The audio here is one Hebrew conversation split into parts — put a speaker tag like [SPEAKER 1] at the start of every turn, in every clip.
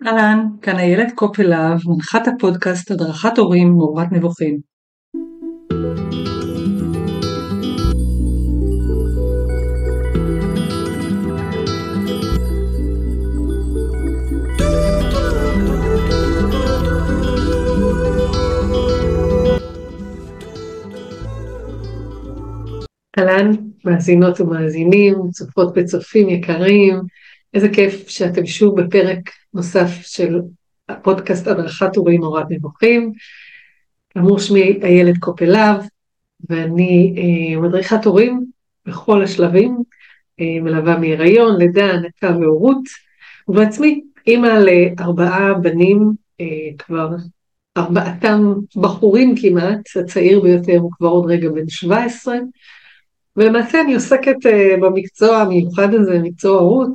[SPEAKER 1] אהלן, כאן איילת קופלהב, מנחת הפודקאסט הדרכת הורים מעורבת נבוכים. אהלן, מאזינות ומאזינים, צופות וצופים יקרים, איזה כיף שאתם שוב בפרק נוסף של הפודקאסט הדרכת הורים מעורבת נבוכים. כאמור, שמי איילת קופלהב, ואני מדריכת הורים בכל השלבים, מלווה מהיריון, לידה, הנקה והורות, ובעצמי אימא ל4 בנים, כבר 4 בחורים כמעט, הצעיר ביותר הוא כבר עוד רגע בן 17, ולמעשה אני עוסקת במקצוע המיוחד הזה, מקצוע הורות,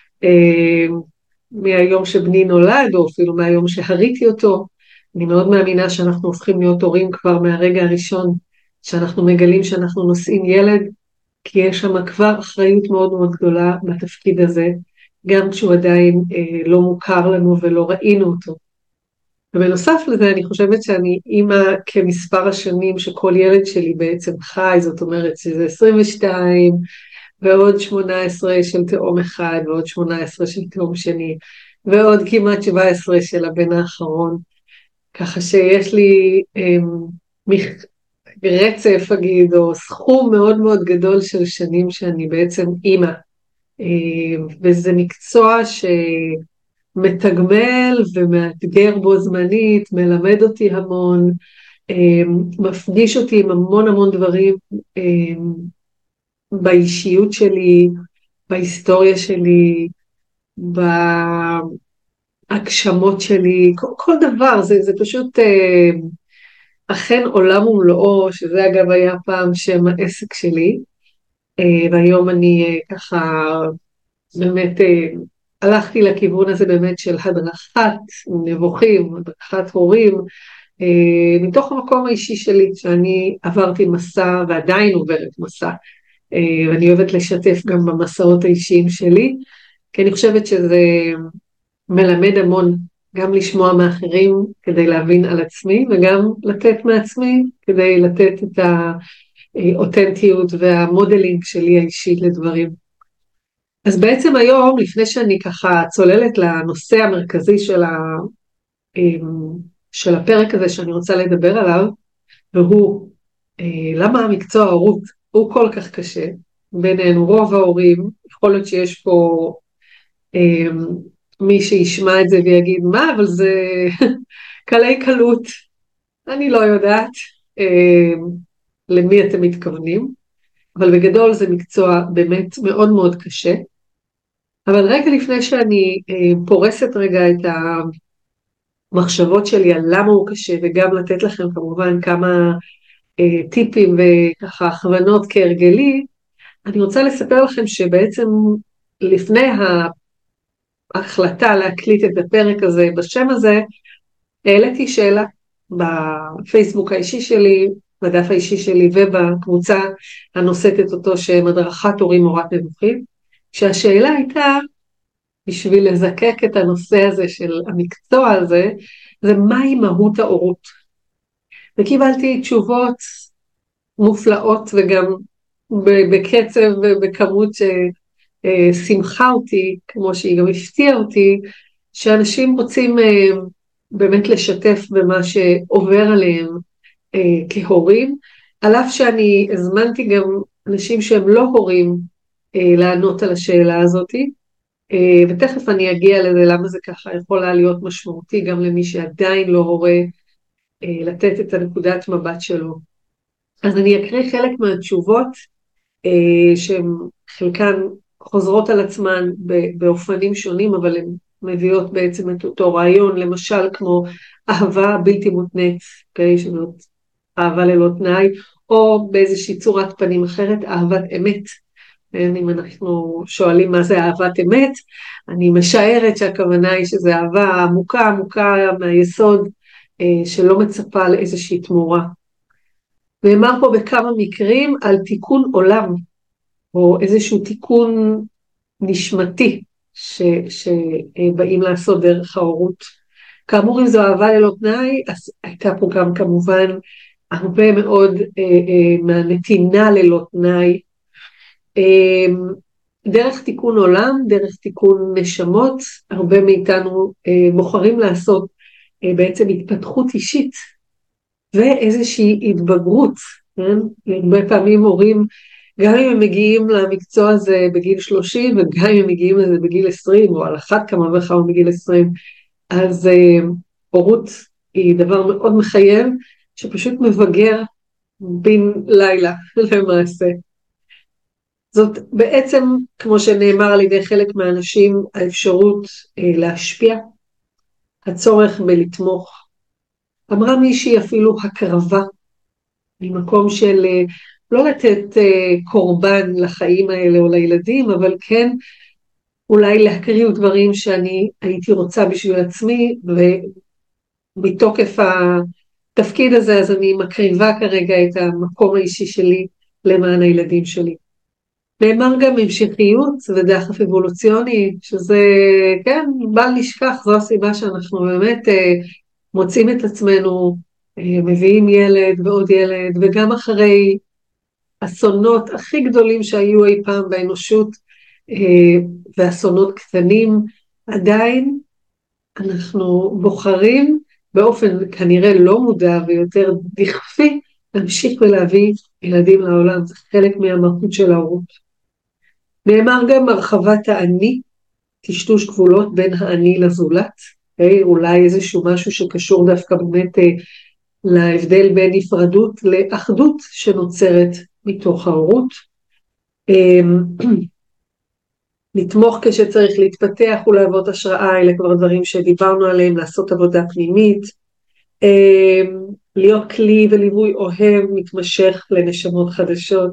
[SPEAKER 1] מהיום שבני נולד, או אפילו מהיום שהריתי אותו. אני מאוד מאמינה שאנחנו הופכים להיות הורים כבר מהרגע הראשון, שאנחנו מגלים שאנחנו נושאים ילד, כי יש שם כבר אחריות מאוד מאוד גדולה בתפקיד הזה, גם כשהוא עדיין לא מוכר לנו ולא ראינו אותו. ובנוסף לזה אני חושבת שאני אימא כמספר השנים שכל ילד שלי בעצם חי, זאת אומרת שזה 22 ועוד 18 של תאום אחד ועוד 18 של תאום שני ועוד כמעט 17 של הבן האחרון, ככה שיש לי רצף אגיד או סכום מאוד מאוד גדול של שנים שאני בעצם אימא, וזה מקצוע מתגמל ומאתגר בו זמנית, מלמד אותי המון, מפגיש אותי עם המון המון דברים באישיות שלי, בהיסטוריה שלי, בהגשמות שלי, כל דבר, זה פשוט אכן עולם ומלואו, שזה אגב היה פעם שם העסק שלי, והיום אני ככה באמת הלכתי לכיוון הזה באמת של הדרכת נבוכים, הדרכת הורים, מתוך המקום האישי שלי, שאני עברתי מסע ועדיין עוברת מסע, ואני אוהבת לשתף גם במסעות האישיים שלי, כי אני חושבת שזה מלמד המון, גם לשמוע מאחרים כדי להבין על עצמי, וגם לתת מעצמי כדי לתת את האותנטיות והמודלינג שלי האישית לדברים. אז בעצם היום, לפני שאני ככה צוללת לנושא המרכזי של הפרק הזה שאני רוצה לדבר עליו, והוא למה המקצוע ההורות הוא כל כך קשה, בינינו רוב ההורים, יכול להיות שיש פה מי שישמע את זה ויגיד מה, אבל זה קלי קלות, אני לא יודעת למי אתם מתכוונים, אבל בגדול זה מקצוע באמת מאוד מאוד קשה. אבל רגע לפני שאני פורסת רגע את המחשבות שלי על למה הוא קשה, וגם לתת לכם כמובן כמה טיפים וככה הכוונות כהרגלי, אני רוצה לספר לכם שבעצם לפני ההחלטה להקליט את הפרק הזה בשם הזה, העליתי שאלה בפייסבוק האישי שלי, בדף האישי שלי ובקבוצה הנושאת את אותו שם הדרכת הורים מעורבת נבוכים, שהשאלה הייתה, בשביל לזקק את הנושא הזה של המקצוע הזה, זה מהי מהות ההורות. וקיבלתי תשובות מופלאות וגם בקצב ובכמות ששמחה אותי, כמו שהיא גם הפתיעה אותי, שאנשים רוצים באמת לשתף במה שעובר עליהם כהורים, על אף שאני הזמנתי גם אנשים שהם לא הורים לענות על השאלה הזאת, ותכף אני אגיע לזה למה זה ככה יכולה להיות משמעותי גם למי שעדיין לא הורה, לתת את הנקודת מבט שלו. אז אני אקריא חלק מהתשובות שהן חלקן חוזרות על עצמן באופנים שונים, אבל הן מביאות בעצם את אותו רעיון, למשל כמו אהבה בלתי מותנית, שזאת אהבה ללא תנאי, או באיזושהי צורת פנים אחרת, אהבת אמת. אם אנחנו שואלים מה זה אהבת אמת, אני משערת שהכוונה היא שזה אהבה עמוקה, עמוקה מהיסוד, שלא מצפה לאיזושהי תמורה. ואמר פה בכמה מקרים על תיקון עולם, או איזשהו תיקון נשמתי, שבאים לעשות דרך ההורות. כאמור, אם זו אהבה ללא תנאי, אז הייתה פה גם כמובן הרבה מאוד מהנתינה ללא תנאי, דרך תיקון עולם, דרך תיקון נשמות. הרבה מאיתנו בוחרים לעשות בעצם התפתחות אישית ואיזושהי התבגרות, כן? הרבה פעמים הורים, גם אם הם מגיעים למקצוע הזה בגיל 30 וגם אם הם מגיעים לזה בגיל 20 או על אחת כמה וכמה בגיל 20, אז הורות היא דבר מאוד מחייב שפשוט מבגר בין לילה למעשה. זאת בעצם, כמו שנאמר על ידי חלק מהאנשים, האפשרות להשפיע, הצורך בלתמוך. אמרה מישהי אפילו הקרבה, ממקום של לא לתת קורבן לחיים האלה או לילדים, אבל כן אולי להקריב דברים שאני הייתי רוצה בשביל עצמי, ומתוקף התפקיד הזה אז אני מקריבה כרגע את המקום האישי שלי למען הילדים שלי. נאמר גם המשכיות ודחף אבולוציוני, שזה, כן, בל נשכח, זו הסיבה שאנחנו באמת מוצאים את עצמנו, מביאים ילד ועוד ילד, וגם אחרי אסונות הכי גדולים שהיו אי פעם באנושות, ואסונות קטנים, עדיין אנחנו בוחרים באופן כנראה לא מודע ויותר דחפי, להמשיך ולהביא ילדים לעולם. זה חלק מהמהות של ההורות. נאמר גם הרחבת האני, טשטוש גבולות בין האני לזולת, אולי איזשהו משהו שקשור דווקא באמת להבדל בין נפרדות לאחדות שנוצרת מתוך ההורות. לתמוך כשצריך, להתפתח ולהוות השראה, אלה כבר דברים שדיברנו עליהם, לעשות עבודה פנימית, להיות כלי וליווי אוהב מתמשך לנשמות חדשות,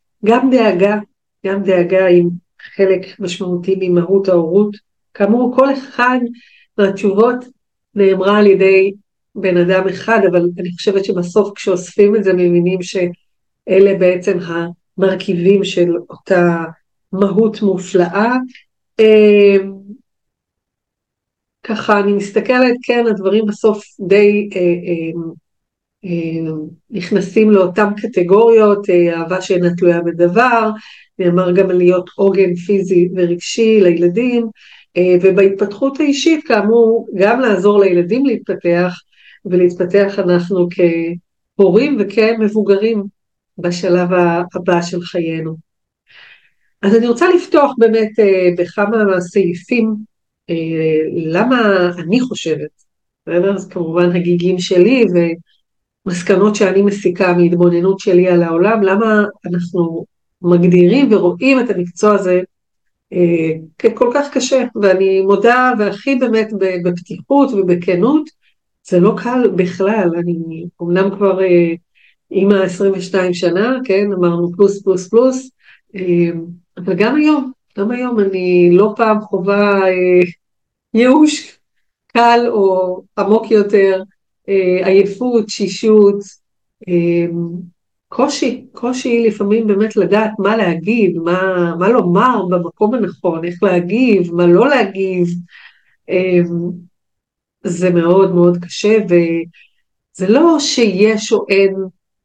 [SPEAKER 1] גם דאגה עם חלק משמעותי ממהות ההורות. כאמור, כל אחד מהתשובות נאמרה על ידי בן אדם אחד, אבל אני חושבת שבסוף כשאוספים את זה מבינים שאלה בעצם המרכיבים של אותה מהות מופלאה. ככה אני מסתכלת, כן, הדברים בסוף די נכנסים לאותם קטגוריות, אהבה שאינה תלויה בדבר, נאמר גם להיות עוגן פיזי ורגשי לילדים, ובהתפתחות האישית כאמור גם לעזור לילדים להתפתח, ולהתפתח אנחנו כהורים וכמבוגרים בשלב הבא של חיינו. אז אני רוצה לפתוח באמת בכמה סעיפים, למה אני חושבת, אז כמובן הגיגים שלי ומסקנות שאני מסיקה מהתבוננות שלי על העולם, למה אנחנו מגדירים ורואים את המקצוע הזה ככל כך קשה, ואני מודה והכי באמת בפתיחות ובכנות, זה לא קל בכלל. אני אומנם כבר אימא 22 שנה, כן, אמרנו פלוס פלוס פלוס, אבל גם היום אני לא פעם חובה ייאוש קל או עמוק יותר, עייפות, שישות, קושי לפעמים באמת לדעת מה להגיד, מה לומר במקום הנכון, איך להגיב, מה לא להגיב. זה מאוד מאוד קשה, וזה לא שיש או אין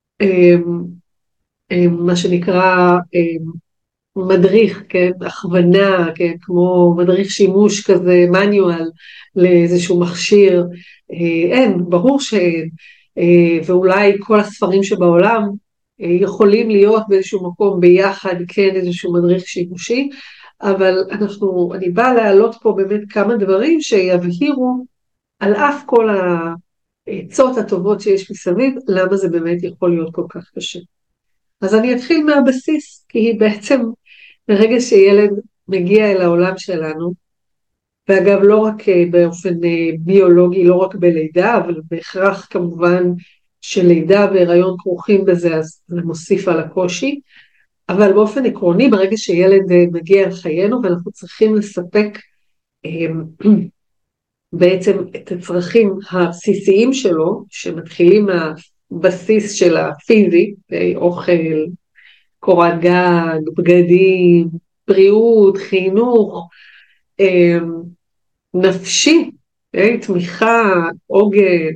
[SPEAKER 1] מה שנקרא מדריך, כן, הכוונה, כן, כמו מדריך שימוש כזה, מניואל לאיזשהו מכשיר, אין, ברור שאין, ואולי כל הספרים שבעולם יכולים להיות באיזשהו מקום ביחד, כן, איזשהו מדריך שימושי, אבל אני באה להעלות פה באמת כמה דברים שיבהירו על אף כל העצות הטובות שיש מסביב, למה זה באמת יכול להיות כל כך קשה. אז אני אתחיל מהבסיס, כי היא בעצם ברגע שילד מגיע אל העולם שלנו, ואגב לא רק באופן ביולוגי, לא רק בלידה, אבל בהכרח כמובן שלידה והיריון כרוכים בזה, אז זה מוסיף על הקושי, אבל באופן עקרוני ברגע שילד מגיע אל חיינו, ואנחנו צריכים לספק בעצם את הצרכים הבסיסיים שלו, שמתחילים מהבסיס של הפיזי, אוכל, קורת גג, בגדים, בריאות, חינוך, נפשי, תמיכה, עוגן,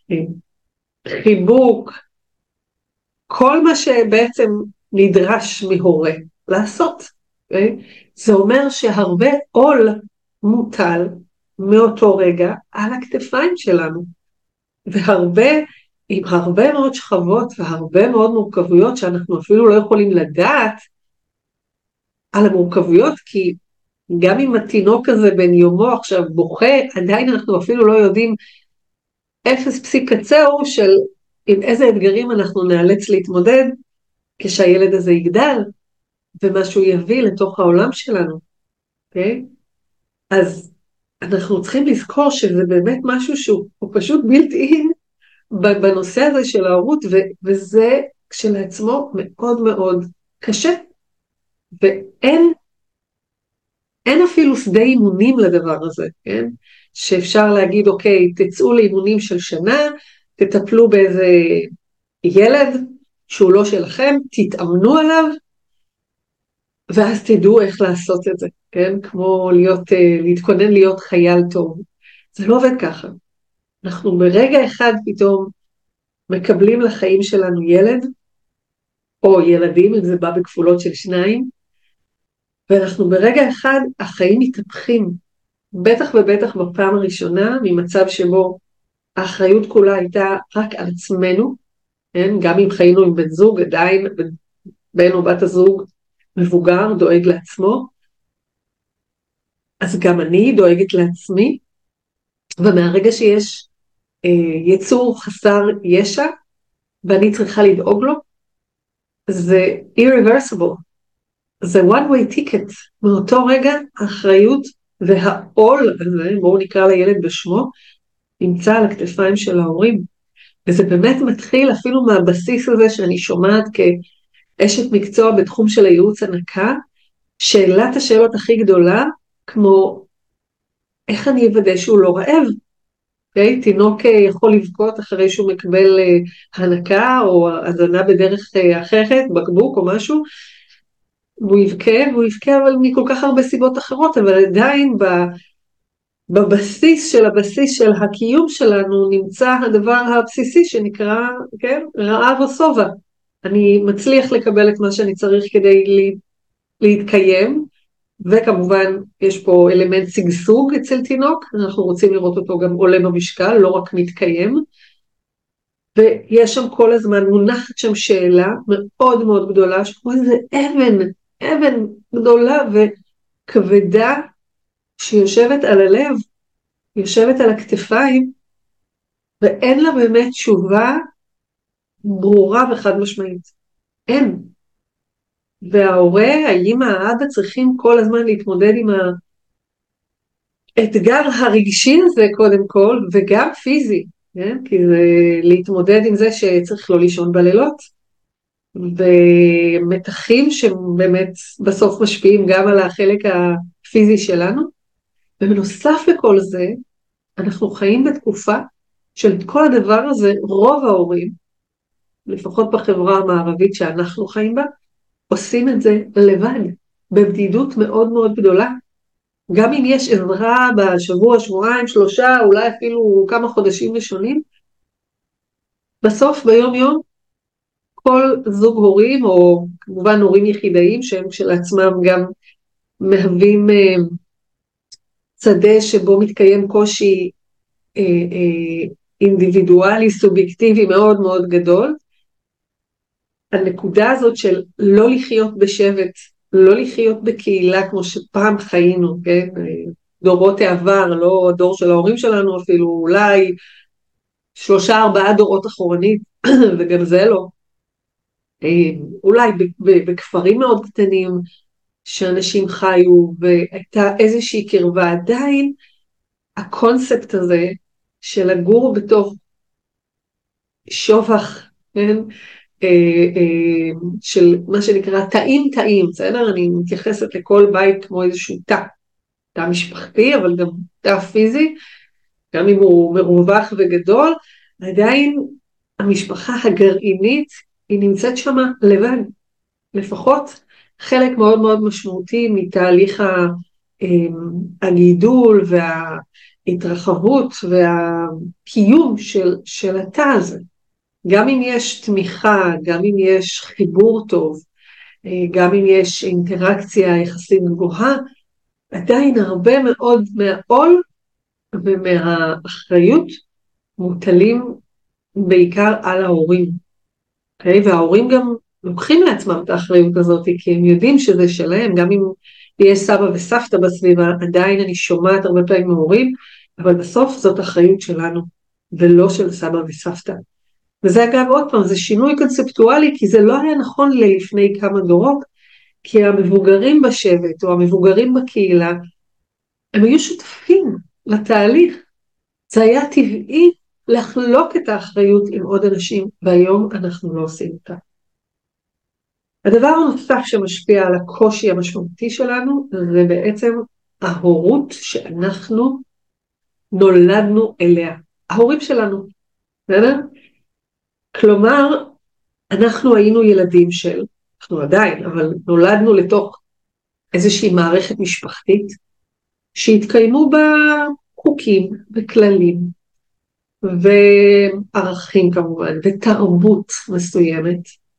[SPEAKER 1] חיבוק, כל מה שבעצם נדרש מהורה לעשות. זה אומר שהרבה עול מוטל מאותו רגע על הכתפיים שלנו, והרבה, עם הרבה מאוד שכבות והרבה מאוד מורכבויות שאנחנו אפילו לא יכולים לדעת על המורכבויות, כי גם אם התינוק הזה בן יומו עכשיו בוכה, עדיין אנחנו אפילו לא יודעים אפס פסיק קצהו של עם איזה אתגרים אנחנו נאלץ להתמודד כשהילד הזה יגדל, ומה שהוא יביא לתוך העולם שלנו. Okay? אז אנחנו צריכים לזכור שזה באמת משהו שהוא פשוט בלתי אין בנושא הזה של ההורות, וזה כשלעצמו מאוד מאוד קשה, ואין אפילו שדה אימונים לדבר הזה, כן? שאפשר להגיד, אוקיי, תצאו לאימונים של שנה, תטפלו באיזה ילד שהוא לא שלכם, תתאמנו עליו, ואז תדעו איך לעשות את זה, כן? כמו להתכונן להיות חייל טוב. זה לא עובד ככה. אנחנו ברגע אחד פתאום מקבלים לחיים שלנו ילד, או ילדים, אם זה בא בכפולות של שניים, ואנחנו ברגע אחד, החיים מתהפכים, בטח ובטח בפעם הראשונה, ממצב שבו האחריות כולה הייתה רק על עצמנו, כן? גם אם חיינו עם בן זוג, עדיין בן או בת הזוג מבוגר, דואג לעצמו, אז גם אני דואגת לעצמי, ומהרגע שיש יצור חסר ישע, ואני צריכה לדאוג לו, זה irreversible, זה one way ticket, מאותו רגע האחריות והעול הזה, בואו נקרא לילד בשמו, נמצא על הכתפיים של ההורים, וזה באמת מתחיל אפילו מהבסיס הזה שאני שומעת כאשת מקצוע בתחום של הייעוץ הנקה, שאלת השאלות הכי גדולה, כמו איך אני אוודא שהוא לא רעב? Okay? תינוק יכול לבכות אחרי שהוא מקבל הנקה או הזנה בדרך אחרת, בקבוק או משהו, והוא יבכה אבל מכל כך הרבה סיבות אחרות, אבל עדיין בבסיס של הקיום שלנו נמצא הדבר הבסיסי שנקרא, כן, רעב או סובה. אני מצליח לקבל את מה שאני צריך כדי להתקיים, וכמובן יש פה אלמנט סגסוג אצל תינוק, אנחנו רוצים לראות אותו גם עולה במשקל, לא רק מתקיים, ויש שם כל הזמן, מונחת שם שאלה מאוד מאוד גדולה, שכמו איזה אבן גדולה וכבדה, שיושבת על הלב, יושבת על הכתפיים, ואין לה באמת תשובה ברורה וחד משמעית. אין. וההורה, האמא, האבא צריכים כל הזמן להתמודד עם האתגר הרגשי הזה קודם כל, וגם פיזי, כן? כי זה להתמודד עם זה שצריך לא לישון בלילות, ומתחים שבאמת בסוף משפיעים גם על החלק הפיזי שלנו, ובנוסף לכל זה, אנחנו חיים בתקופה של כל הדבר הזה, רוב ההורים, לפחות בחברה המערבית שאנחנו חיים בה, עושים את זה לבד, בבדידות מאוד מאוד גדולה. גם אם יש עזרה בשבוע, שבועיים, 3, אולי אפילו כמה חודשים ראשונים, בסוף ביום יום, כל זוג הורים, או כמובן הורים יחידאים, שהם כשלעצמם גם מהווים שדה שבו מתקיים קושי אינדיבידואלי, סובייקטיבי מאוד מאוד גדול, הנקודה הזאת של לא לחיות בשבט, לא לחיות בקהילה כמו שפעם חיינו, כן? דורות העבר, לא הדור של ההורים שלנו אפילו, אולי 3-4 דורות אחורנית, וגם זה לא. אולי בכפרים מאוד קטנים שאנשים חיו, והייתה איזושהי קרבה, עדיין הקונספט הזה של לגור בתוך שובך, כן? של מה שנקרא תאים, בסדר? אני מתייחסת לכל בית כמו איזשהו תא משפחתי, אבל גם תא פיזי, גם אם הוא מרווח וגדול, עדיין המשפחה הגרעינית היא נמצאת שם לבד, לפחות חלק מאוד מאוד משמעותי מתהליך הגידול וההתרחבות והקיום של התא הזה. גם אם יש תמיכה, גם אם יש חיבור טוב, גם אם יש אינטראקציה יחסית גבוהה, עדיין הרבה מאוד מהעול ומהאחריות מוטלים בעיקר על ההורים. וההורים גם לוקחים לעצמם את האחריות הזאת, כי הם יודעים שזה שלהם, גם אם יש סבא וסבתא בסביבה, עדיין אני שומעת הרבה פעמים מהורים, אבל בסוף זאת אחריות שלנו, ולא של סבא וסבתא. וזה אגב עוד פעם, זה שינוי קונספטואלי, כי זה לא היה נכון לפני כמה דורות, כי המבוגרים בשבט או המבוגרים בקהילה, הם היו שותפים לתהליך. זה היה טבעי לחלוק את האחריות עם עוד אנשים, והיום אנחנו לא עושים אותה. הדבר הנוסף שמשפיע על הקושי המשמעותי שלנו, זה בעצם ההורות שאנחנו נולדנו אליה. ההורים שלנו, בסדר? כלומר, אנחנו היינו ילדים אנחנו עדיין, אבל נולדנו לתוך איזושהי מערכת משפחתית, שהתקיימו בה חוקים וכללים, וערכים כמובן, ותרבות מסוימת.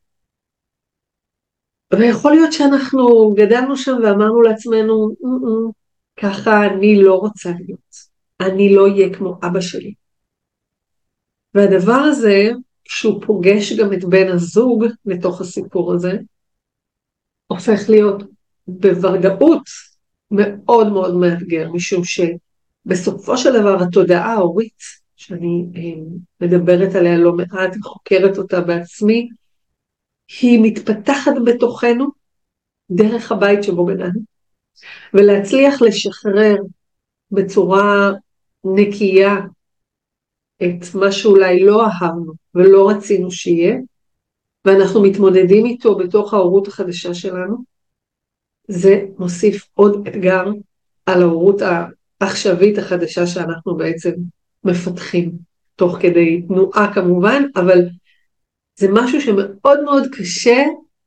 [SPEAKER 1] ויכול להיות שאנחנו גדלנו שם ואמרנו לעצמנו, ככה אני לא רוצה להיות, אני לא אהיה כמו אבא שלי. והדבר הזה, כשהוא פוגש גם את בן הזוג לתוך הסיפור הזה, הופך להיות בוודאות מאוד מאוד מאתגר, משום שבסופו של דבר התודעה ההורית, שאני מדברת עליה לא מעט וחוקרת אותה בעצמי, היא מתפתחת בתוכנו דרך הבית שבו גדלנו, ולהצליח לשחרר בצורה נקייה את מה שאולי לא אהבנו ולא רצינו שיהיה, ואנחנו מתמודדים איתו בתוך ההורות החדשה שלנו, זה מוסיף עוד אתגר על ההורות העכשווית החדשה שאנחנו בעצם מפתחים, תוך כדי תנועה כמובן, אבל זה משהו שמאוד מאוד קשה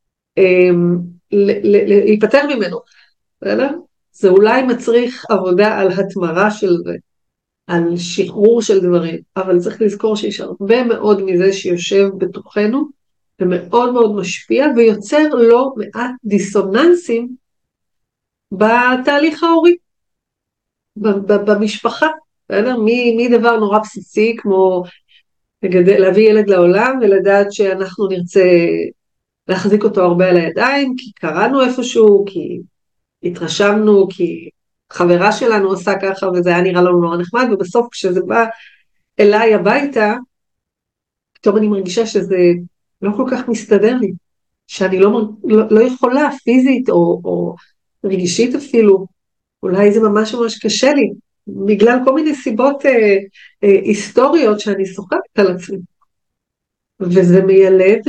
[SPEAKER 1] להיפטר ממנו. זה אולי מצריך עבודה על התמרה של זה, על שחרור של דברים, אבל צריך לזכור שיש הרבה מאוד מזה שיושב בתוכנו, ומאוד מאוד משפיע, ויוצר לא מעט דיסוננסים בתהליך ההורי, במשפחה, מדבר נורא בסיסי, כמו להביא ילד לעולם, ולדעת שאנחנו נרצה להחזיק אותו הרבה על הידיים, כי קראנו איפשהו, כי התרשמנו, כי חברה שלנו עושה ככה, וזה היה נראה לנו נורא נחמד, ובסוף כשזה בא אליי הביתה, פתאום אני מרגישה שזה לא כל כך מסתדר לי, שאני לא יכולה פיזית או רגישית אפילו, אולי זה ממש ממש קשה לי, בגלל כל מיני סיבות היסטוריות שאני שוחקת על עצמי, וזה מיילד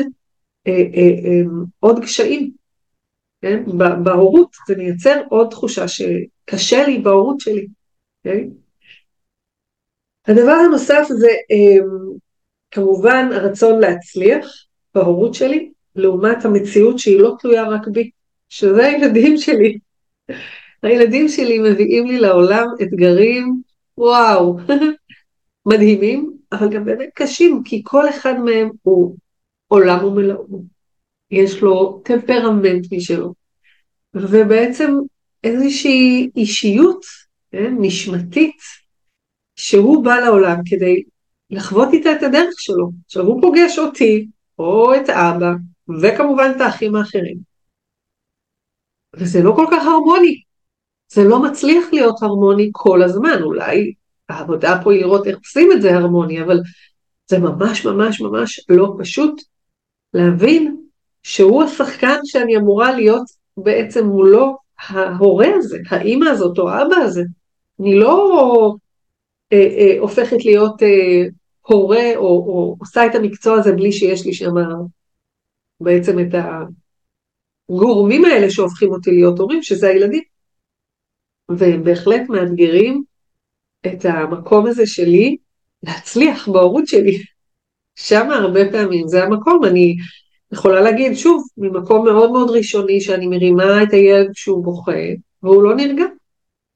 [SPEAKER 1] עוד קשיים, כן? בהורות, זה מייצר עוד תחושה שקשה לי בהורות שלי. כן? הדבר הנוסף זה כמובן הרצון להצליח בהורות שלי, לעומת המציאות שהיא לא תלויה רק בי, שזה הילדים שלי. הילדים שלי מביאים לי לעולם אתגרים, וואו, מדהימים, אבל גם באמת קשים, כי כל אחד מהם הוא עולם ומלואו. יש לו טמפרמנט משלו, ובעצם איזושהי אישיות נשמתית, שהוא בא לעולם כדי לחוות איתה את הדרך שלו. עכשיו הוא פוגש אותי, או את אבא, וכמובן את האחים האחרים. וזה לא כל כך הרמוני, זה לא מצליח להיות הרמוני כל הזמן, אולי העבודה פה היא לראות איך עושים את זה הרמוני, אבל זה ממש ממש ממש לא פשוט להבין שהוא השחקן שאני אמורה להיות בעצם מולו ההורה הזה, האמא הזאת או האבא הזה. אני לא הופכת להיות הורה או עושה את המקצוע הזה בלי שיש לי שם בעצם את הגורמים האלה שהופכים אותי להיות הורים, שזה הילדים. והם בהחלט מאתגרים את המקום הזה שלי להצליח בהורות שלי. שם הרבה פעמים זה המקום, אני יכולה להגיד שוב, ממקום מאוד מאוד ראשוני שאני מרימה את הילד שהוא בוכה, והוא לא נרגע.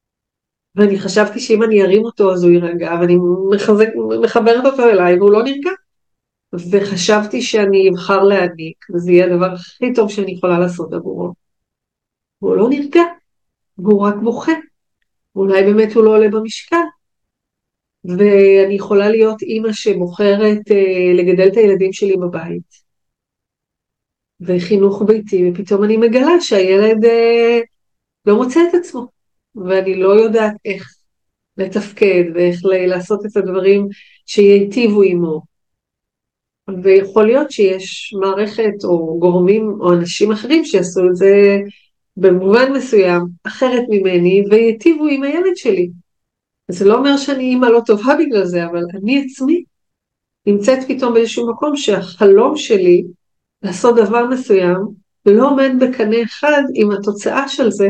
[SPEAKER 1] ואני חשבתי שאם אני ארים אותו אז הוא יירגע, ואני מחברת אותו אליי והוא לא נרגע. וחשבתי שאני אבחר להעניק, וזה יהיה הדבר הכי טוב שאני יכולה לעשות עבורו. והוא לא נרגע, והוא רק בוכה. אולי באמת הוא לא עולה במשקל. ואני יכולה להיות אימא שבוחרת לגדל את הילדים שלי בבית. וחינוך ביתי, ופתאום אני מגלה שהילד לא מוצא את עצמו. ואני לא יודעת איך לתפקד, ואיך לעשות את הדברים שייטיבו עמו. ויכול להיות שיש מערכת או גורמים או אנשים אחרים שיעשו את זה במובן מסוים אחרת ממני ויטיבו עם הילד שלי. זה לא אומר שאני אימא לא טובה בגלל זה, אבל אני עצמי נמצאת פתאום באיזשהו מקום שהחלום שלי לעשות דבר מסוים לא עומד בקנה אחד עם התוצאה של זה,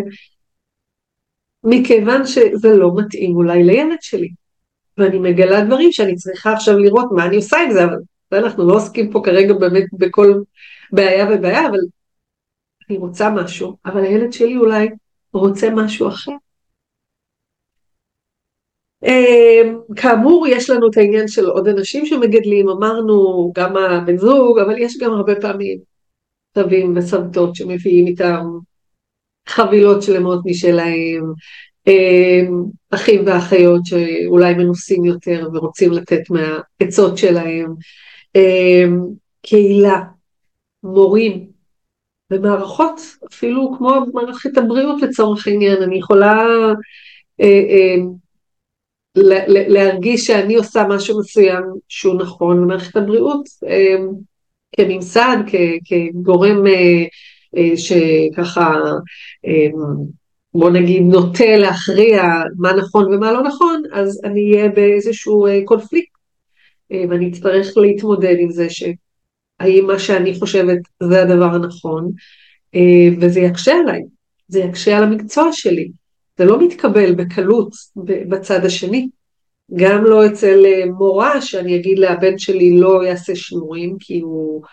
[SPEAKER 1] מכיוון שזה לא מתאים אולי לילד שלי. ואני מגלה דברים שאני צריכה עכשיו לראות מה אני עושה עם זה, אבל אנחנו לא עוסקים פה כרגע באמת בכל בעיה ובעיה, אבל אני רוצה משהו, אבל הילד שלי אולי רוצה משהו אחר. כאמור, יש לנו את העניין של עוד אנשים שמגדלים, אמרנו גם הבן זוג, אבל יש גם הרבה פעמים סבים וסבתות שמביאים איתם חבילות שלמות משלהם, אחים ואחיות שאולי מנוסים יותר ורוצים לתת מהעצות שלהם, קהילה, מורים ומערכות, אפילו כמו מערכת הבריאות לצורך העניין. אני יכולה להרגיש שאני עושה משהו מסוים שהוא נכון למערכת הבריאות, כממסד, כגורם שככה, בוא נגיד, נוטה להכריע מה נכון ומה לא נכון, אז אני אהיה באיזשהו קונפליקט, ואני אצטרך להתמודד עם זה שהאם מה שאני חושבת זה הדבר הנכון, וזה יקשה עליי, זה יקשה על המקצוע שלי, זה לא מתקבל בקלות בצד השני, גם לא אצל מורה שאני אגיד לבן שלי לא יעשה שיעורים, כי הוא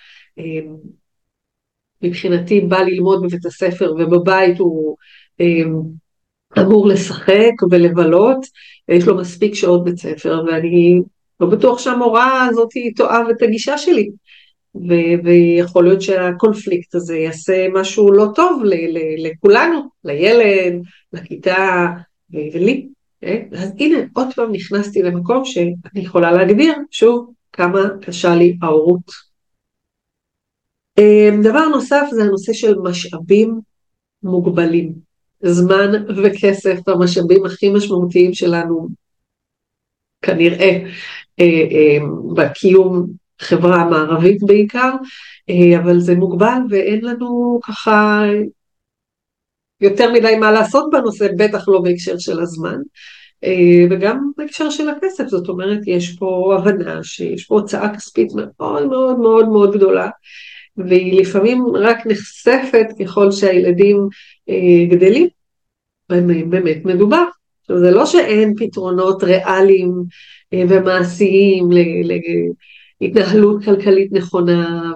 [SPEAKER 1] מבחינתי בא ללמוד בבית הספר ובבית הוא אמור לשחק ולבלות, ויש לו מספיק שעות בית ספר, ואני לא בטוח שהמורה הזאת תאהב את הגישה שלי, ויכול להיות שהקונפליקט הזה יעשה משהו לא טוב לכולנו, לילד, לכיתה ולי. אז הנה, עוד פעם נכנסתי למקום שאני יכולה להגדיר שוב כמה קשה לי ההורות. דבר נוסף זה הנושא של משאבים מוגבלים. זמן וכסף, המשאבים הכי משמעותיים שלנו כנראה בקיום חברה המערבית בעיקר, אבל זה מוגבל ואין לנו ככה יותר מדי מה לעשות בנושא, בטח לא בהקשר של הזמן, וגם בהקשר של הכסף. זאת אומרת, יש פה הבנה שיש פה הוצאה כספית מאוד מאוד מאוד מאוד גדולה, והיא לפעמים רק נחשפת ככל שהילדים גדלים, באמת מדובר. זה לא שאין פתרונות ריאליים ומעשיים להתנהלות כלכלית נכונה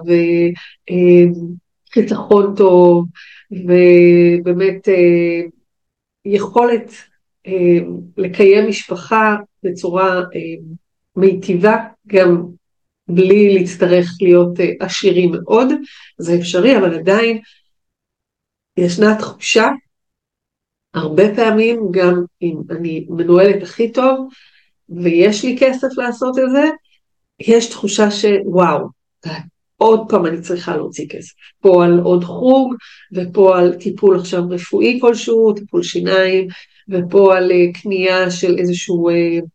[SPEAKER 1] וחיסכון טוב ובאמת יכולת לקיים משפחה בצורה מיטיבה, גם בלי להצטרך להיות עשירים מאוד. זה אפשרי, אבל עדיין ישנה תחושה, הרבה פעמים גם אם אני מנוהלת הכי טוב ויש לי כסף לעשות את זה, יש תחושה שוואו, עוד פעם אני צריכה להוציא כסף, פה על עוד חוג, ופה על טיפול עכשיו רפואי כלשהו, טיפול שיניים, ופה על קנייה של איזשהו,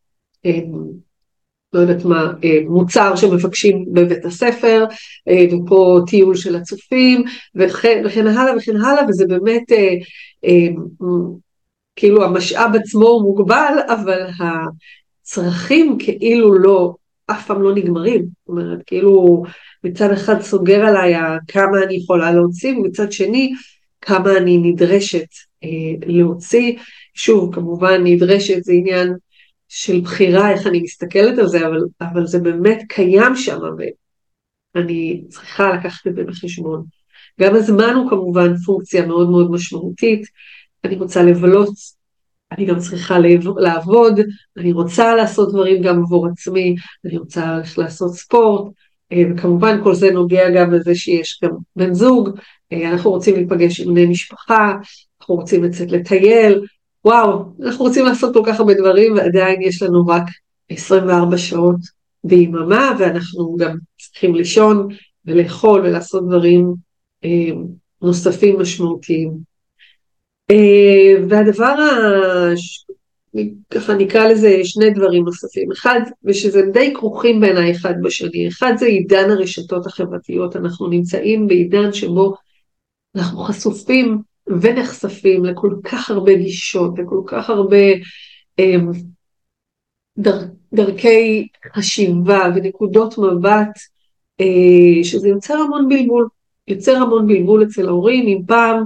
[SPEAKER 1] לא יודעת מה, מוצר שמבקשים בבית הספר, ופה טיול של הצופים, וכן הלאה וכן הלאה, וזה באמת, כאילו המשאב עצמו הוא מוגבל, אבל הצרכים כאילו לא, אף פעם לא נגמרים. זאת אומרת, כאילו מצד אחד סוגר עליי כמה אני יכולה להוציא, ומצד שני כמה אני נדרשת להוציא. שוב, כמובן נדרשת זה עניין של בחירה, איך אני מסתכלת על זה, אבל זה באמת קיים שם, ואני צריכה לקחת את זה בחשבון. גם הזמן הוא כמובן פונקציה מאוד מאוד משמעותית. אני רוצה לבלות אני גם צריכה לעבוד, אני רוצה לעשות דברים גם עבור עצמי, אני רוצה לעשות ספורט, וכמובן כל זה נוגע גם לזה שיש גם בן זוג, אנחנו רוצים להיפגש עם בני משפחה, אנחנו רוצים לצאת לטייל, וואו, אנחנו רוצים לעשות כל כך הרבה דברים, ועדיין יש לנו רק 24 שעות ביממה, ואנחנו גם צריכים לישון ולאכול ולעשות דברים נוספים משמעותיים. והדבר, ככה נקרא לזה שני דברים נוספים, אחד, ושזה די כרוכים בעיניי אחד בשני, אחד זה עידן הרשתות החברתיות, אנחנו נמצאים בעידן שבו אנחנו חשופים ונחשפים לכל כך הרבה גישות, לכל כך הרבה דרכי חשיבה ונקודות מבט, שזה יוצר המון בלבול, יוצר המון בלבול אצל ההורים, אם פעם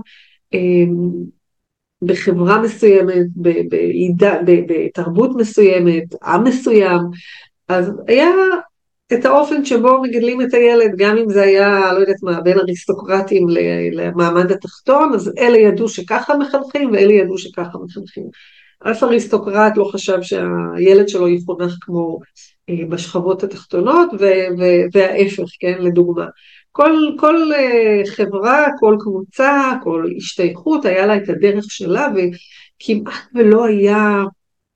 [SPEAKER 1] בחברה מסוימת, בתרבות מסוימת, עם מסוים, אז היה את האופן שבו מגדלים את הילד, גם אם זה היה, לא יודעת מה, בין אריסטוקרטים למעמד התחתון, אז אלה ידעו שככה מחנכים, ואלה ידעו שככה מחנכים. אף אריסטוקרט לא חשב שהילד שלו יחונך כמו בשכבות התחתונות, וההפך, כן, לדוגמה. כל חברה, כל קבוצה, כל השתייכות, היה לה את הדרך שלה, וכמעט ולא היה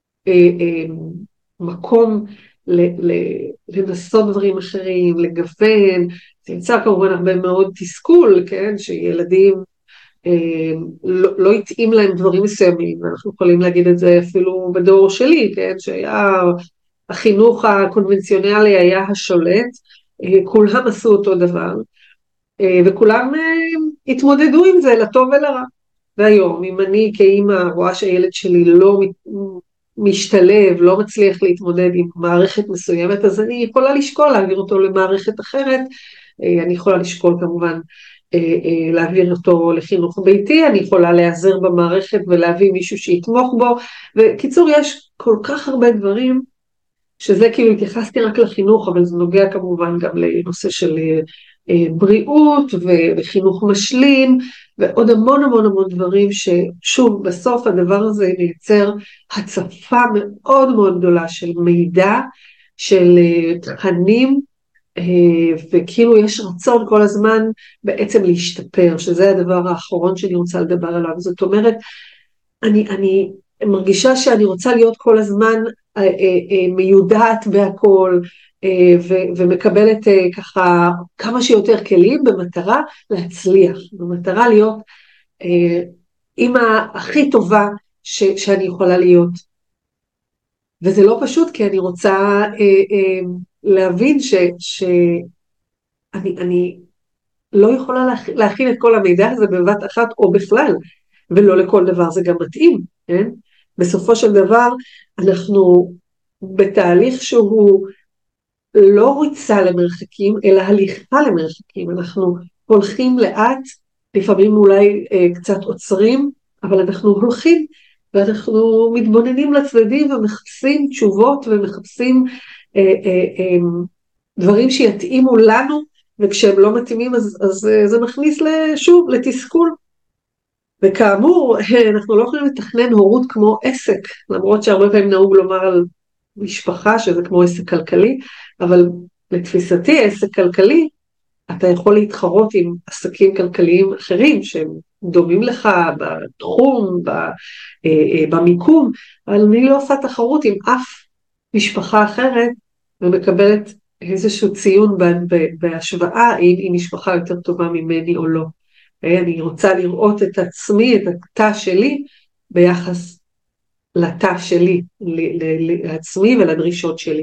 [SPEAKER 1] מקום לנסות דברים אחרים, לגוון, זה נמצא כמובן הרבה מאוד תסכול, כן, שילדים לא התאים להם דברים מסוימים, ואנחנו יכולים להגיד את זה אפילו בדור שלי, כן, שהיה החינוך הקונבנציונלי היה השולט, כולם עשו אותו דבר, וכולם התמודדו עם זה לטוב ולרע. והיום, אם אני כאימא רואה שהילד שלי לא משתלב, לא מצליח להתמודד עם מערכת מסוימת, אז אני יכולה לשקול להעביר אותו למערכת אחרת, אני יכולה לשקול כמובן להעביר אותו לחינוך ביתי, אני יכולה להיעזר במערכת ולהביא מישהו שיתמוך בו, וקיצור יש כל כך הרבה דברים, שזה כאילו התייחסתי רק לחינוך, אבל זה נוגע כמובן גם לנושא של בריאות וחינוך משלים, ועוד המון המון המון דברים ששוב בסוף הדבר הזה מייצר הצפה מאוד מאוד גדולה של מידע, של תכנים, וכאילו יש רצון כל הזמן בעצם להשתפר, שזה הדבר האחרון שאני רוצה לדבר עליו. זאת אומרת, אני מרגישה שאני רוצה להיות כל הזמן מיודעת בהכל, ומקבלת ככה כמה שיותר כלים במטרה להצליח, במטרה להיות אימא הכי טובה שאני יכולה להיות. וזה לא פשוט, כי אני רוצה להבין שאני לא יכולה להכין את כל המידע הזה בבת אחת או בכלל, ולא לכל דבר זה גם מתאים, כן? בסופו של דבר אנחנו בתהליך שהוא לא ריצה למרחקים, אלא הליכה למרחקים, אנחנו הולכים לאט, לפעמים אולי קצת עוצרים, אבל אנחנו הולכים, ואנחנו מתבוננים לצדדים ומחפשים תשובות, ומחפשים דברים שיתאימו לנו, וכשהם לא מתאימים אז זה מכניס שוב לתסכול. וכאמור, אנחנו לא יכולים לתכנן הורות כמו עסק, למרות שהרבה פעמים נהוג לומר על משפחה שזה כמו עסק כלכלי, אבל לתפיסתי עסק כלכלי, אתה יכול להתחרות עם עסקים כלכליים אחרים שהם דומים לך בתחום, במיקום, אבל אני לא עושה תחרות עם אף משפחה אחרת, ומקבלת איזשהו ציון בהשוואה אם היא משפחה יותר טובה ממני או לא. אני רוצה לראות את עצמי, את התא שלי, ביחס לתא שלי, לעצמי ולדרישות שלי.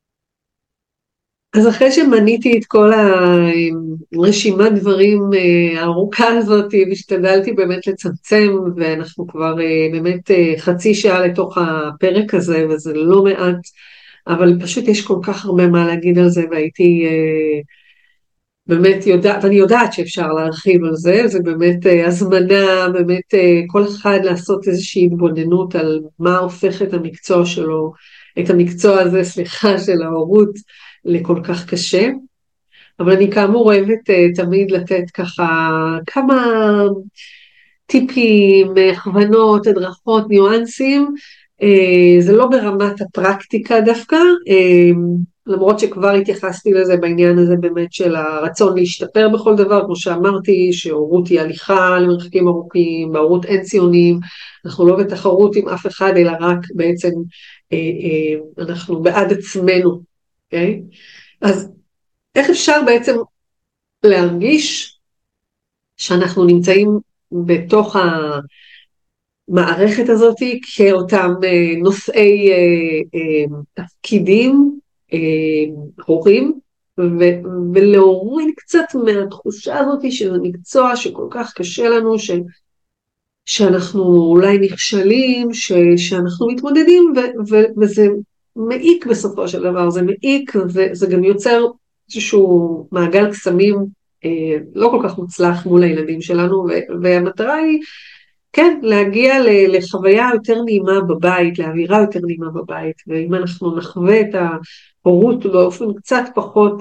[SPEAKER 1] אז אחרי שמניתי את כל הרשימת דברים הארוכה הזאת, והשתדלתי באמת לצמצם, ואנחנו כבר באמת חצי שעה לתוך הפרק הזה, וזה לא מעט, אבל פשוט יש כל כך הרבה מה להגיד על זה, והייתי באמת יודעת, ואני יודעת שאפשר להרחיב על זה, זה באמת הזמנה, באמת כל אחד לעשות איזושהי התבוננות על מה הופך את המקצוע שלו, את המקצוע הזה, סליחה, של ההורות, לכל כך קשה. אבל אני כאמור אוהבת תמיד לתת ככה כמה טיפים, הכוונות, הדרכות, ניואנסים, זה לא ברמת הפרקטיקה דווקא, למרות שכבר התייחסתי לזה בעניין הזה באמת של הרצון להשתפר בכל דבר, כמו שאמרתי, שהורות היא הליכה למרחקים ארוכים, בהורות אין ציונים, אנחנו לא בתחרות עם אף אחד, אלא רק בעצם אנחנו בעד עצמנו, אוקיי? אז איך אפשר בעצם להרגיש שאנחנו נמצאים בתוך המערכת הזאת כאותם נושאי תפקידים, הורים, ולהוריד קצת מהתחושה הזאת שזה מקצוע שכל כך קשה לנו, שאנחנו אולי נכשלים, שאנחנו מתמודדים, וזה מעיק בסופו של דבר, זה מעיק, וזה גם יוצר איזשהו מעגל קסמים לא כל כך מוצלח מול הילדים שלנו, והמטרה היא, כן, להגיע לחוויה יותר נעימה בבית, לאווירה יותר נעימה בבית, ואם אנחנו נחווה את ההורות באופן קצת פחות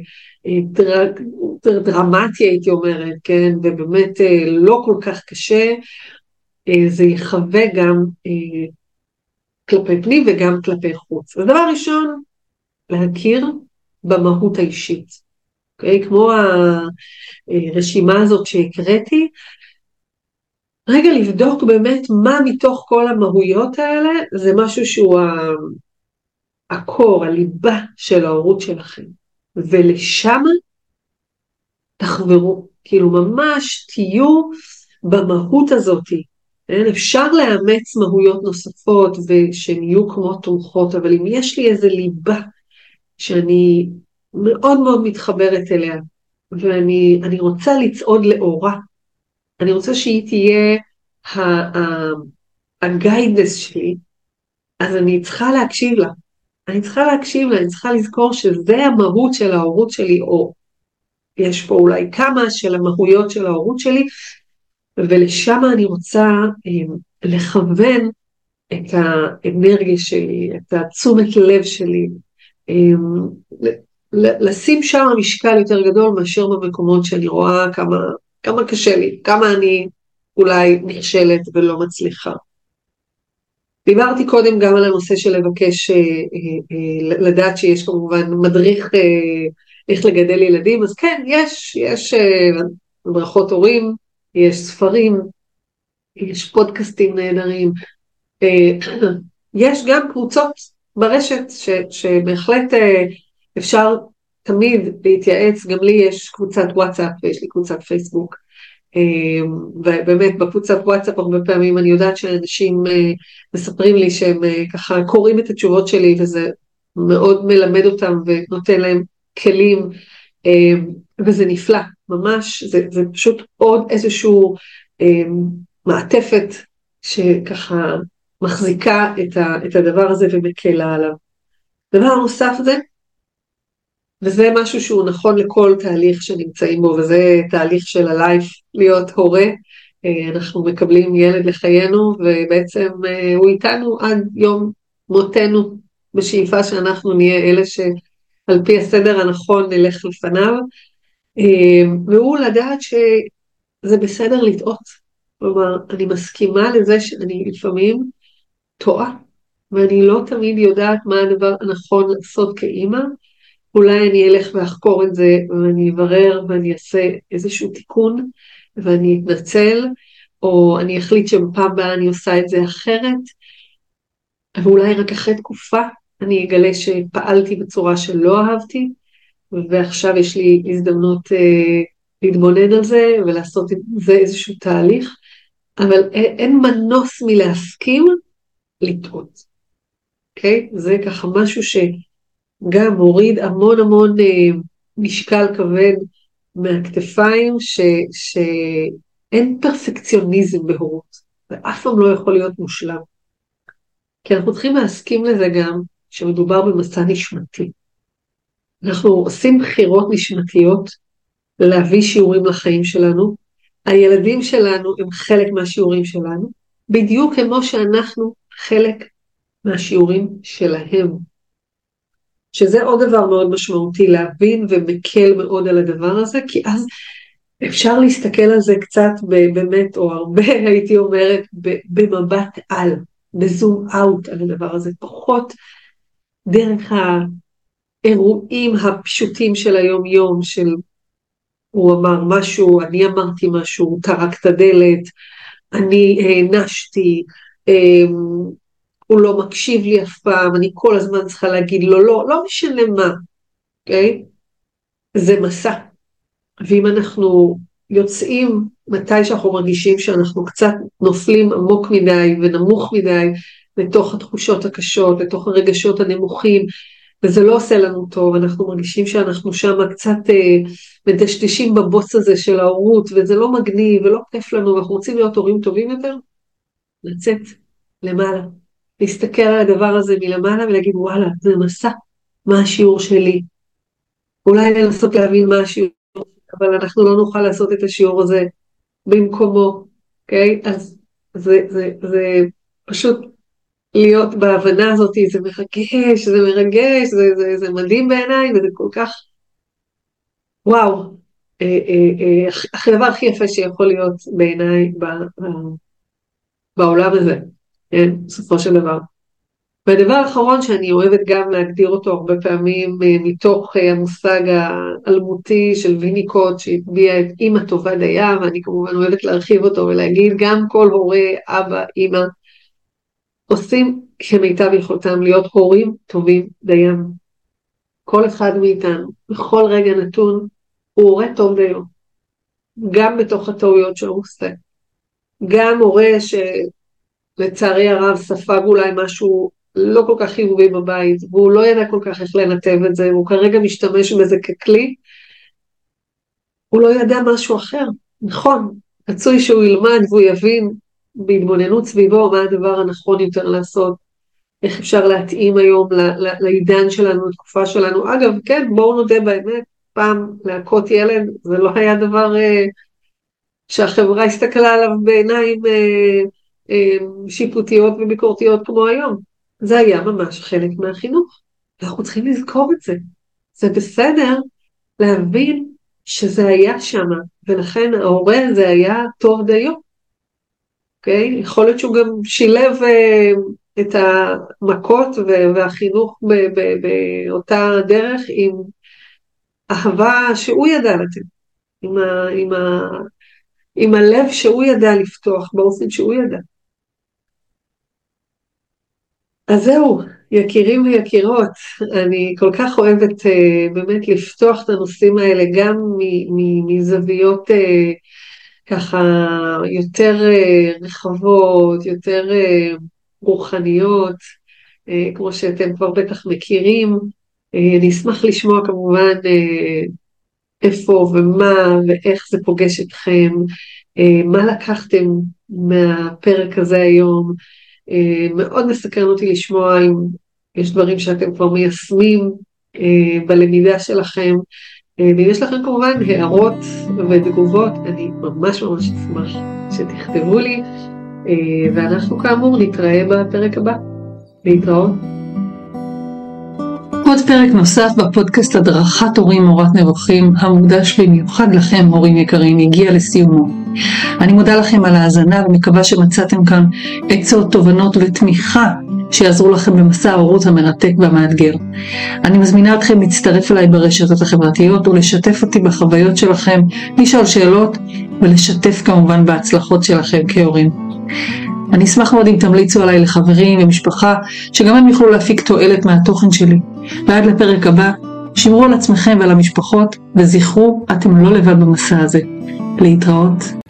[SPEAKER 1] דרמטי, הייתי אומרת, כן, ובאמת לא כל כך קשה, זה יחווה גם כלפי פנים וגם כלפי חוץ. אז דבר ראשון, להכיר במהות האישית. Okay? כמו הרשימה הזאת שהקראתי, רגע לבדוק באמת מה מתוך כל המהויות האלה, זה משהו שהוא הקור, הליבה של ההורות שלכם. ולשם תחברו, כאילו ממש תהיו במהות הזאת. אפשר לאמץ מהויות נוספות ושהן יהיו כמו תומכות, אבל אם יש לי איזה ליבה שאני מאוד מאוד מתחברת אליה, ואני רוצה לצעוד לאורה, אני רוצה שהיא תהיה הגיידס שלי, אז אני צריכה להקשיב לה. אני צריכה לזכור שזה המהות של ההורות שלי, או יש פה אולי כמה של המהויות של ההורות שלי, ולשם אני רוצה לכוון את האנרגיה שלי, את התשומת לב שלי, לשים שם משקל יותר גדול מאשר במקומות שאני רואה כמה קשה לי, כמה אני אולי נכשלת ולא מצליחה. דיברתי קודם גם על הנושא של לבקש, לדעת שיש כמובן מדריך איך לגדל ילדים, אז כן, יש הדרכות הורים, יש ספרים, יש פודקאסטים נהדרים, יש גם קבוצות ברשת שבהחלט אפשר תמיד להתייעץ, גם לי יש קבוצת וואטסאפ ויש לי קבוצת פייסבוק, ובאמת בקבוצת וואטסאפ הרבה פעמים אני יודעת שאנשים מספרים לי שהם ככה קוראים את התשובות שלי, וזה מאוד מלמד אותם ונותן להם כלים, וזה נפלא, ממש, זה פשוט עוד איזשהו מעטפת שככה מחזיקה את הדבר הזה ומקלה עליו. דבר נוסף זה, וזה משהו שהוא נכון לכל תהליך שנמצאים בו, וזה תהליך של הלייף להיות הורה, אנחנו מקבלים ילד לחיינו, ובעצם הוא איתנו עד יום מותנו, בשאיפה שאנחנו נהיה אלה שעל פי הסדר הנכון נלך לפניו, והוא לדעת שזה בסדר לטעות, כלומר, אני מסכימה לזה שאני לפעמים טועה, ואני לא תמיד יודעת מה הדבר הנכון לעשות כאימא, אולי אני אלך ואחקור את זה, ואני אברר ואני אעשה איזשהו תיקון, ואני אתנצל, או אני אחליט שבפעם הבאה אני עושה את זה אחרת, ואולי רק אחרי תקופה אני אגלה שפעלתי בצורה שלא אהבתי, ועכשיו יש לי הזדמנות להתבונן על זה, ולעשות את זה איזשהו תהליך, אבל אין מנוס מלהסכים לטעות. אוקיי? זה ככה משהו שגם מוריד המון המון משקל כבד מהכתפיים, שאין פרפקציוניזם בהורות, ואף פעם לא יכול להיות מושלם. כי אנחנו צריכים להסכים לזה גם שמדובר במסע נשמתי. אנחנו עושים בחירות נשמתיות להביא שיעורים לחיים שלנו, הילדים שלנו הם חלק מהשיעורים שלנו, בדיוק כמו שאנחנו חלק מהשיעורים שלהם. שזה עוד דבר מאוד משמעותי להבין ומקל מאוד על הדבר הזה, כי אז אפשר להסתכל על זה קצת באמת, או הרבה הייתי אומרת, במבט על, בזום אאוט על הדבר הזה, פחות דרך האירועים הפשוטים של היום יום, של הוא אמר משהו, אני אמרתי משהו, הוא טרק את הדלת, אני הענשתי, הוא לא מקשיב לי אף פעם, אני כל הזמן צריכה להגיד לו לא משנה מה, אוקיי? זה מסע. ואם אנחנו יוצאים מתי שאנחנו מרגישים שאנחנו קצת נופלים עמוק מדי ונמוך מדי לתוך התחושות הקשות, לתוך הרגשות הנמוכים, וזה לא עושה לנו טוב, אנחנו מרגישים שאנחנו שם קצת מדשדשים בבוץ הזה של ההורות, וזה לא מגניב ולא כיף לנו, ואנחנו רוצים להיות הורים טובים יותר, לצאת למעלה, להסתכל על הדבר הזה מלמעלה ולהגיד וואלה, זה מסע, מה השיעור שלי? אולי לנסות להבין מה השיעור, אבל אנחנו לא נוכל לעשות את השיעור הזה במקומו, אוקיי? אז זה פשוט להיות בהבנה הזאת, זה מרגש, זה מרגש, זה מדהים בעיניי, וזה כל כך, וואו, הדבר הכי יפה שיכול להיות בעיניי בעולם הזה, כן? בסופו של דבר. והדבר האחרון שאני אוהבת גם להגדיר אותו הרבה פעמים מתוך המושג האלמותי של ויניקוט שהטביע את אמא טובה דייה, ואני כמובן אוהבת להרחיב אותו ולהגיד גם כל הורה, אבא, אמא, עושים כמיטב יכולתם להיות הורים טובים דיים. כל אחד מאיתנו, בכל רגע נתון, הוא הורה טוב דיו. גם בתוך הטעויות שהוא עושה. גם הורה שלצערי הרב ספג אולי משהו לא כל כך חיובי בבית, והוא לא ידע כל כך איך לנתב את זה, והוא כרגע משתמש בזה ככלי, הוא לא ידע משהו אחר. נכון, רצוי שהוא ילמד והוא יבין בהתבוננות סביבו מה הדבר הנכון יותר לעשות, איך אפשר להתאים היום לעידן שלנו, לתקופה שלנו. אגב, כן, בואו נודה באמת, פעם להכות ילד, זה לא היה דבר שהחברה הסתכלה עליו בעיניים שיפוטיות וביקורתיות כמו היום. זה היה ממש חלק מהחינוך. אנחנו צריכים לזכור את זה. זה בסדר להבין שזה היה שם, ולכן ההורה הזה היה טוב דיו. אוקיי? יכול להיות שהוא גם שילב את המכות והחינוך באותה דרך עם אהבה שהוא ידע לתת, עם הלב שהוא ידע לפתוח באופן שהוא ידע. אז זהו, יקירים ויקירות, אני כל כך אוהבת באמת לפתוח את הנושאים האלה גם מזוויות ככה יותר רחבות, יותר רוחניות, כמו שאתם כבר בטח מכירים. אני אשמח לשמוע כמובן איפה ומה ואיך זה פוגש אתכם, מה לקחתם מהפרק הזה היום. מאוד מסקרן אותי לשמוע אם יש דברים שאתם כבר מיישמים בלמידה שלכם, ואם יש לכם כמובן הערות ותגובות, אני ממש ממש אשמח שתכתבו לי, ואנחנו כאמור נתראה בפרק הבא. להתראות. עוד פרק נוסף בפודקאסט הדרכת הורים מורת נבוכים, המוקדש במיוחד לכם הורים יקרים, הגיע לסיומו. אני מודה לכם על ההאזנה ומקווה שמצאתם כאן עצות, תובנות ותמיכה שיעזרו לכם במסע ההורות המרתק והמאתגר. אני מזמינה אתכם להצטרף אליי ברשתות החברתיות ולשתף אותי בחוויות שלכם, לשאול שאלות ולשתף כמובן בהצלחות שלכם כהורים. אני אשמח מאוד אם תמליצו עליי לחברים ומשפחה שגם הם יוכלו להפיק תועלת מהתוכן שלי. ועד לפרק הבא, שמרו על עצמכם ועל המשפחות וזכרו, אתם לא לבד במסע הזה. להתראות.